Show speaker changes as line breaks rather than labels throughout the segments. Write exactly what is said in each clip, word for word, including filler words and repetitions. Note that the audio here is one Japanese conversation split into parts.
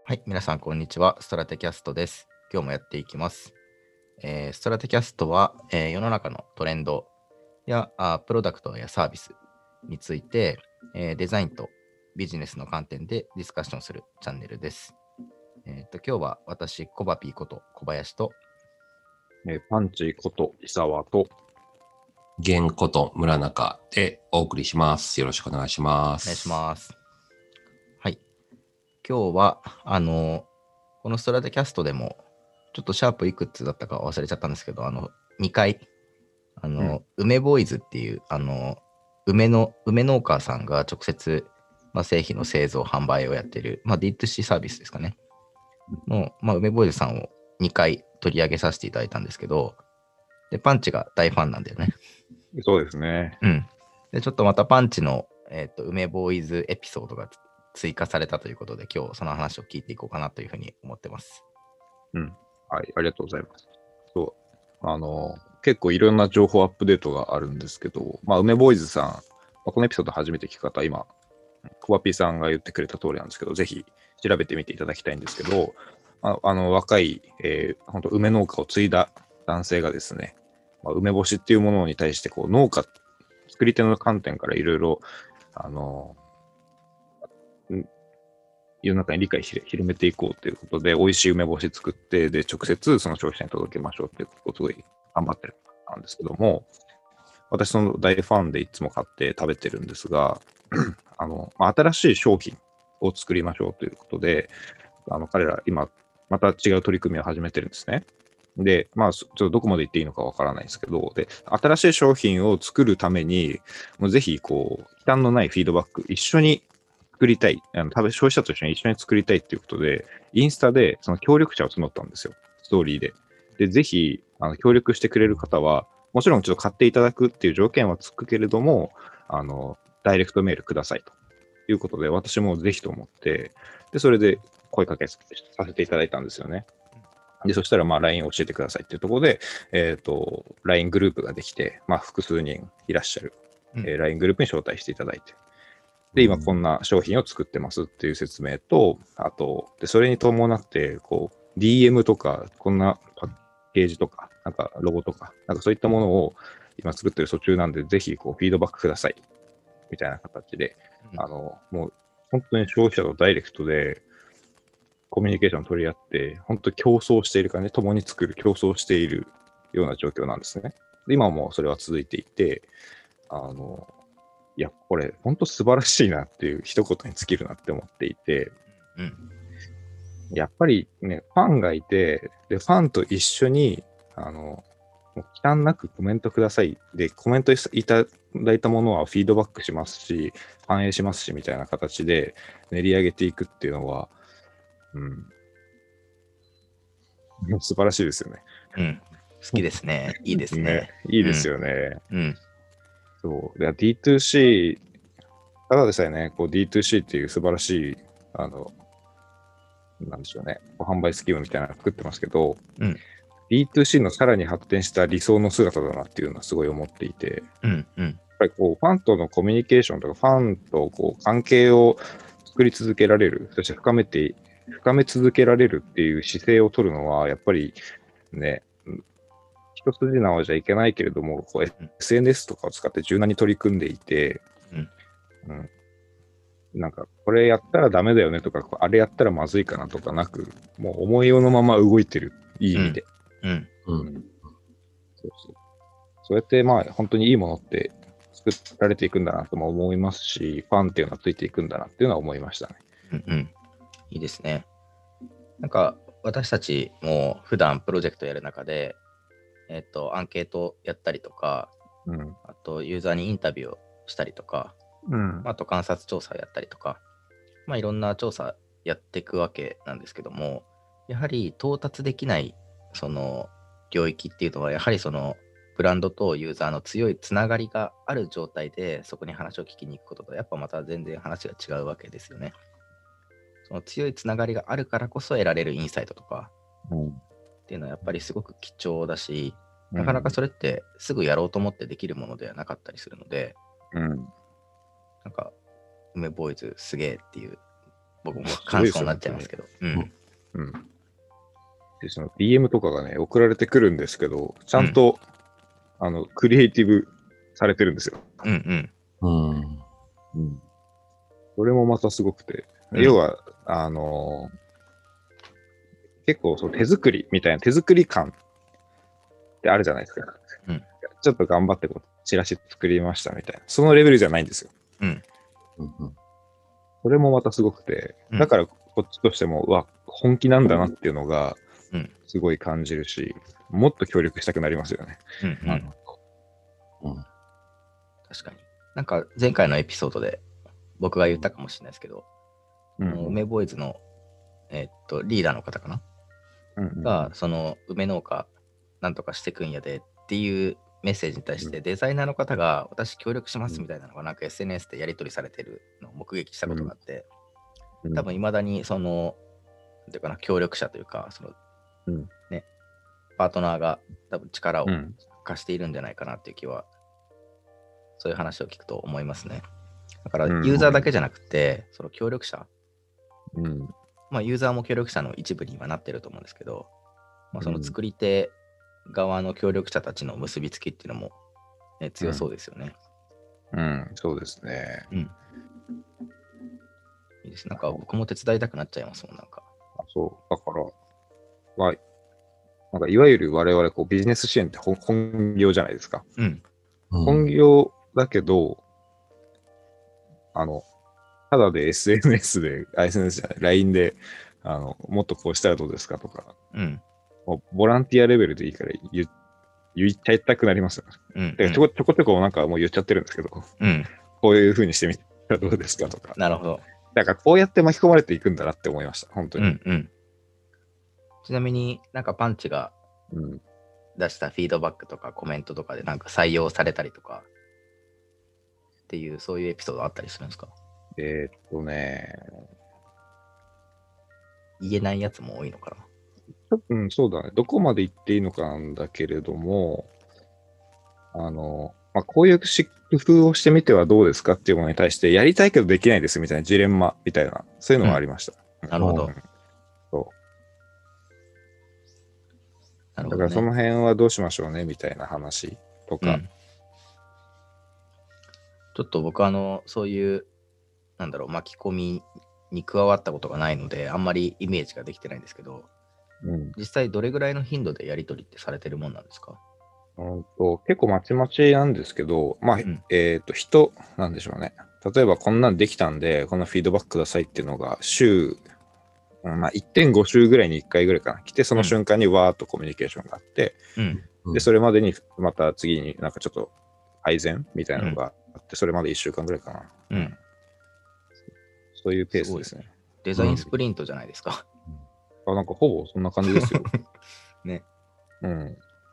はい、皆さんこんにちは。ストラテキャストです。今日もやっていきます。えーストラテキャストは、えー世の中のトレンドやあプロダクトやサービスについて、えーデザインとビジネスの観点でディスカッションするチャンネルです。えーと今日は私、コバピーこと小林と、
えーパンチこと伊沢と、
ゲンこと村中でお送りします。よろしくお願いします。
お願いします。はい。今日は、あの、このストラテキャストでも、ちょっとシャープいくつだったか忘れちゃったんですけど、あの、にかい、あの、梅ボーイズっていう、あの、梅の、梅農家さんが直接、まあ、製品の製造、販売をやってる、まあ、ディーツーシー サービスですかね。の、まあ、梅ボーイズさんをにかい取り上げさせていただいたんですけど、で、パンチが大ファンなんだよね。
そうですね。
うん。で、ちょっとまたパンチの、えっと、梅ボーイズエピソードが追加されたということで、今日その話を聞いていこうかなというふうに思ってます。
うん。はい、ありがとうございます。そう。あの、結構いろんな情報アップデートがあるんですけど、まあ、梅ボーイズさん、まあ、このエピソード初めて聞く方、今、コバピーさんが言ってくれた通りなんですけど、ぜひ調べてみていただきたいんですけど、ああの若い、えー、本当梅農家を継いだ男性がですね、まあ、梅干しっていうものに対してこう農家、作り手の観点からいろいろ、あの、ん世の中に理解し広めていこうということで、美味しい梅干し作って、で、直接その消費者に届けましょうということで頑張ってるんですけども、私その大ファンでいつも買って食べてるんですが、あの、まあ、新しい商品を作りましょうということで、あの、彼ら今、また違う取り組みを始めてるんですね。で、まあ、ちょっとどこまで言っていいのかわからないですけど、で、新しい商品を作るために、もうぜひ、こう、忌憚のないフィードバック、一緒に作りたい、あの、多分消費者と一緒に一緒に作りたいっていうことで、インスタでその協力者を募ったんですよ。ストーリーで。で、ぜひ、あの、協力してくれる方は、もちろんちょっと買っていただくっていう条件はつくけれども、あの、ダイレクトメールくださいということで、私もぜひと思って、で、それで声かけさせていただいたんですよね。で、そしたら、まあ、ライン を教えてくださいっていうところで、えっ、と、ライン グループができて、まあ、複数人いらっしゃる、
うん
えー ライン グループに招待していただいて、で、今こんな商品を作ってますっていう説明と、あと、で、それに伴って、こう、ディーエム とか、こんなパッケージとか、なんかロゴとか、なんかそういったものを今作ってる途中なんで、ぜひ、こう、フィードバックください。みたいな形で、
うん
あの、もう、本当に消費者とダイレクトでコミュニケーションを取り合って、本当に競争しているかね、共に作る、競争しているような状況なんですね。で今もそれは続いていて、あの、いや、これ、本当素晴らしいなっていう一言に尽きるなって思っていて、
うん
やっぱりね、ファンがいて、で、ファンと一緒に、あの、もう忌憚なくコメントください。で、コメントいただいたものはフィードバックしますし、反映しますし、みたいな形で練り上げていくっていうのは、うん、素晴らしいですよね。
うん好きですね。いいですね。
ね、いいですよね。
うん
そう。で ディーツーシー、ただでさえね、こう ディーツーシー っていう素晴らしい、あの、なんでしょうね、こう販売スキームみたいなの作ってますけど、
うん
ディーツーシー のさらに発展した理想の姿だなっていうのはすごい思っていて、
うんうん
やっぱりこうファンとのコミュニケーションとか、ファンとこう関係を作り続けられる、そして深めて、深め続けられるっていう姿勢を取るのは、やっぱりね、うん一筋縄じゃいけないけれども、こう エスエヌエス とかを使って柔軟に取り組んでいて、
うん
うんなんか、これやったらダメだよねとか、あれやったらまずいかなとかなく、もう思いようのまま動いてる、いい意味で。
うん
うん
うんそうそうそうやってまあ本当にいいものって作られていくんだなとも思いますし、ファンっていうのはついていくんだなっていうのは思いましたね。
うんうんいいですね。なんか私たちも普段プロジェクトやる中で、えっと、アンケートやったりとか、
うん。
あとユーザーにインタビューをしたりとか、
うん。
あと観察調査やったりとか、まあ、いろんな調査やっていくわけなんですけども、やはり到達できないその領域っていうのは、やはりそのブランドとユーザーの強いつながりがある状態でそこに話を聞きに行くことと、やっぱまた全然話が違うわけですよね。その強いつながりがあるからこそ得られるインサイトとか
うん
っていうのはやっぱりすごく貴重だし、なかなかそれってすぐやろうと思ってできるものではなかったりするので、
うん。
なんか梅ボーイズすげえっていう僕も感想になっちゃいますけど。うん。
うん。で、その ディーエム とかがね、送られてくるんですけど、ちゃんと、うん、あの、クリエイティブされてるんですよ。
うんうん。
うん。
うん。それもまたすごくて、うん、要は、あのー、結構そう手作りみたいな、手作り感ってあるじゃないですか。うん、ちょっと頑張ってこうチラシ作りましたみたいな。そのレベルじゃないんですよ。うん。うんうん、それもまたすごくて、だからこっちとしても、うわ、本気なんだなっていうのが、すごい感じるし、もっと協力したくなりますよね。うんうん
うん、確かに。なんか前回のエピソードで僕が言ったかもしれないですけど、うん、梅ボーイズの、えー、っとリーダーの方かな、うんうん、が、その梅農家なんとかしてくんやでっていうメッセージに対して、デザイナーの方が私協力しますみたいなのがなんか エスエヌエス でやり取りされてるのを目撃したことがあって、うん、多分いまだにそのなんていうかな、協力者というかその、うんね、パートナーが多分力を貸しているんじゃないかなっていう気は、そういう話を聞くと思いますね。だからユーザーだけじゃなくて、その協力者、うん、まあユーザーも協力者の一部にはなってると思うんですけど、まあ、その作り手側の協力者たちの結びつきっていうのも、ね、強そうですよね。
うん、うん、そうですね。うん。
いいです。なんか僕も手伝いたくなっちゃいますもん、なんか。
あ、そう。だから、まあ、なんかいわゆる我々こうビジネス支援って本本業じゃないですか。うん。本業だけど、あの、ただで エスエヌエス で、エスエヌエス じゃない、ライン で、あの、もっとこうしたらどうですかとか、うん。もうボランティアレベルでいいから言言っちゃいたくなりますよね。うん、うん。ちょこちょこちょこなんかもう言っちゃってるんですけど、うん。こういう風にしてみたらどうですかとか。
なるほど。
だからこうやって巻き込まれていくんだなって思いました、本当に。うんうん、
ちなみになんかパンチが出したフィードバックとかコメントとかでなんか採用されたりとかっていう、そういうエピソードあったりするんですか？
えー、っとね、
言えないやつも多いのかな。
うん、そうだね。どこまで言っていいのかなんだけれども、あの、まあ、こういう工夫をしてみてはどうですかっていうものに対して、やりたいけどできないですみたいなジレンマみたいな、そういうのはありました。
うん、なるほど。うん、
そう。だからその辺はどうしましょうねみたいな話とか。うん、
ちょっと僕あの、そういう、なんだろう、巻き込みに加わったことがないので、あんまりイメージができてないんですけど、うん、実際どれぐらいの頻度でやり取りってされてるもんなんですか？
うんと結構まちまちなんですけど、まあ、うん、えっと、人なんでしょうね。例えばこんなんできたんで、このフィードバックくださいっていうのが週、まあ、いってんご 週ぐらいにいっかいぐらいかな。来て、その瞬間にわーっとコミュニケーションがあって、うん、で、それまでにまた次になんかちょっと改善みたいなのがあって、それまでいっしゅうかんぐらいかな。うん。そういうペースですね。
デザインスプリントじゃないですか。
うん、あ、なんかほぼそんな感じですよ。ね。うん。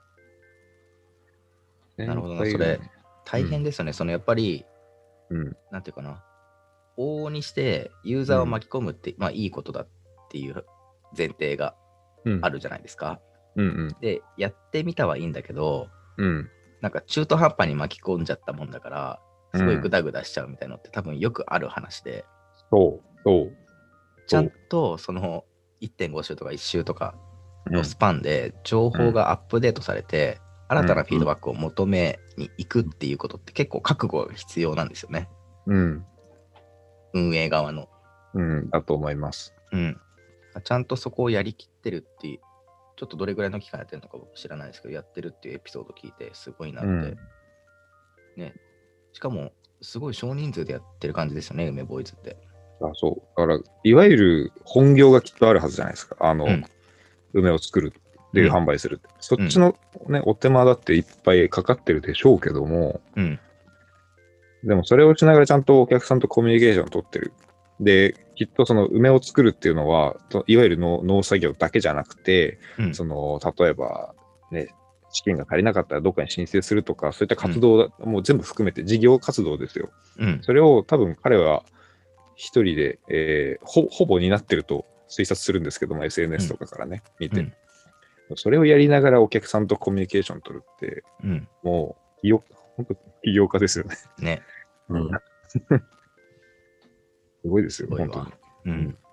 なるほどな、それ、大変ですよね。うん、そのやっぱり、うん、なんていうかな、往々にしてユーザーを巻き込むって、うん、まあいいことだっていう前提があるじゃないですか。うんうんうん、で、やってみたはいいんだけど、うん、なんか中途半端に巻き込んじゃったもんだから、すごいグダグダしちゃうみたいなのって多分よくある話で、
そう、そう。
ちゃんとそのいってんご 週とかいっ週とかのスパンで情報がアップデートされて、うん、新たなフィードバックを求めに行くっていうことって結構覚悟が必要なんですよね。うん。運営側の。
うん、だと思います。
うん。ちゃんとそこをやりきってるっていう、ちょっとどれぐらいの期間やってるのか僕知らないですけど、やってるっていうエピソード聞いてすごいなって。うん、ね。しかも、すごい少人数でやってる感じですよね、梅ボーイズって。
あ、そう。だから、いわゆる本業がきっとあるはずじゃないですか。あの、うん、梅を作るっていう販売する、うん、そっちのね、お手間だっていっぱいかかってるでしょうけども、うん、でもそれをしながらちゃんとお客さんとコミュニケーションを取ってる。で、きっとその梅を作るっていうのは、いわゆる 農, 農作業だけじゃなくて、うん、その例えば、ね、資金が足りなかったらどっかに申請するとか、そういった活動、うん、もう全部含めて事業活動ですよ。うん、それを多分彼は一人で、えー、ほ, ほぼ担ってると推察するんですけども、エスエヌエス とかからね、うん、見て、うん。それをやりながらお客さんとコミュニケーション取るって、うん、もう起業、本当起業家ですよね。ね。うん、すごいですよ、本当に。
うん。
だ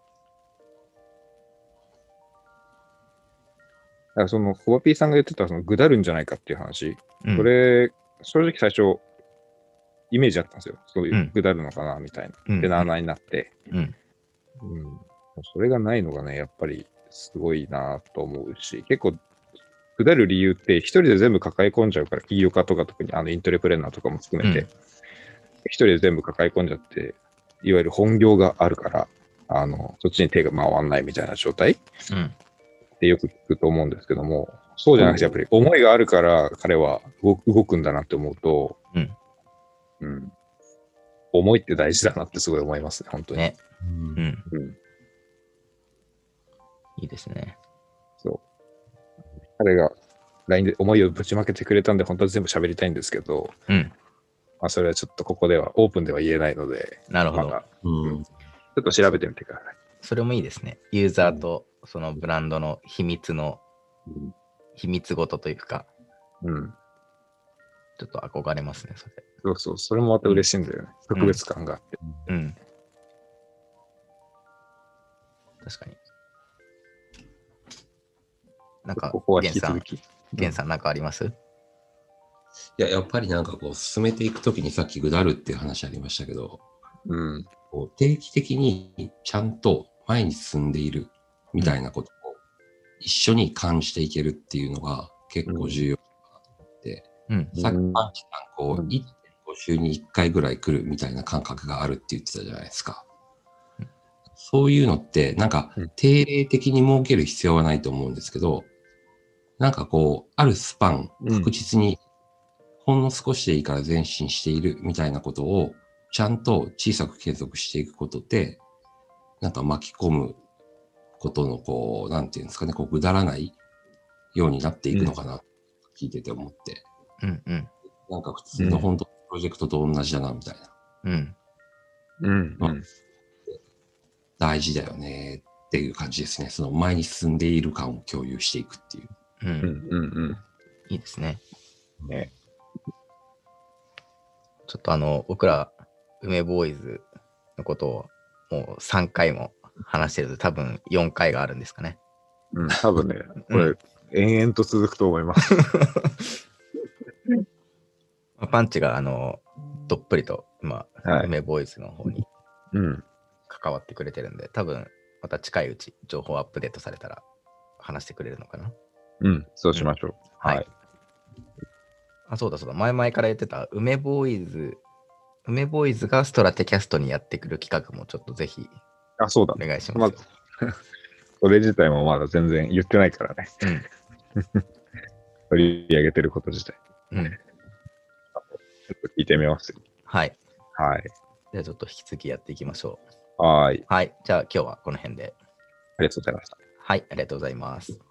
からその、コバピーさんが言ってた、その、ぐだるんじゃないかっていう話。
うん
それ、正直最初、イメージあったんですよ。そういうう、
ん
ぐだるのかな、みたいな。
うん
で、なあなあになって。
うん。
うん。それがないのがね、やっぱり、すごいなと思うし、結構、ぐだる理由って、一人で全部抱え込んじゃうから、企業家とか特に、あの、イントレプレーナーとかも含めて、
うん
一人で全部抱え込んじゃって、いわゆる本業があるから、あの、そっちに手が回らないみたいな状態
うん。
ってよく聞くと思うんですけども、そうじゃなくて、やっぱり思いがあるから彼は動く動くんだなって思うと、
うん。
うん、思いって大事だなってすごい思いますね、本当に。
ね。
うん
うん。
うん、
いいですね。
そう。彼が ライン で思いをぶちまけてくれたんで、本当は全部喋りたいんですけど、
うん。
まあ、それはちょっとここでは、オープンでは言えないので、
なるほど。
まだ、
うん
ちょっと調べてみてください。
それもいいですね。ユーザーとそのブランドの秘密の、秘密ごとというか、
うん。
ちょっと憧れますね、それ。
そうそう、それもまた嬉しいんだよね。特別感があって。
うん。確かに。なんか
ここ、は
ゲンさん、
引き続き。
ゲンさんなんかあります？
いや、やっぱりなんかこう、進めていくときにさっきぐだるっていう話ありましたけど、
うん。
こう定期的にちゃんと前に進んでいるみたいなことを一緒に感じていけるっていうのが結構重要だなと思って、
うん。
さっきパンチさん、こう、
うん
いってんご週にいっかいぐらい来るみたいな感覚があるって言ってたじゃないですか。
うん
そういうのって、なんか
うん、
定例的に設ける必要はないと思うんですけど、なんかこう、あるスパン、
うん
確実に、ほんの少しでいいから前進しているみたいなことを、ちゃんと小さく継続していくことで、なんか巻き込むことの、こう、なんていうんですかね、こう、ぐだらないようになっていくのかな、聞いてて思って。
うん。うん。
なんか普通の本当、プロジェクトと同じだな、みたいな。
うん。
うん。うん。
大事だよねっていう感じですね。その前に進んでいる感を共有していくっていう。
う。
うんん。うん。
いいですね。
ね。
ちょっとあの、僕ら、梅ボーイズのことをもうさんかいも話してると多分よんかいがあるんですかね。
うん。多分ね、これ
うん、
延々と続くと思います。
パンチがあの、どっぷりと今、
はい
梅ボーイズの方に
うん。
関わってくれてるんで、多分また近いうち情報アップデートされたら話してくれるのかな。
うん。そうしましょう。
はい
はい。
あ、そうだそうだ。前々から言ってた梅ボーイズ、梅ボーイズがストラテキャストにやってくる企画もちょっとぜひ
あ、そうだ
お。願いしますよ。
それ自体もまだ全然言ってないからね。取り上げてること自体。
うん。うん。
ちょっと聞いてみますよ。
はい。
はい。
じゃあちょっと引き続きやっていきましょう。
はい。
はい。じゃあ今日はこの辺で。
ありがとうございました。
はい。ありがとうございます。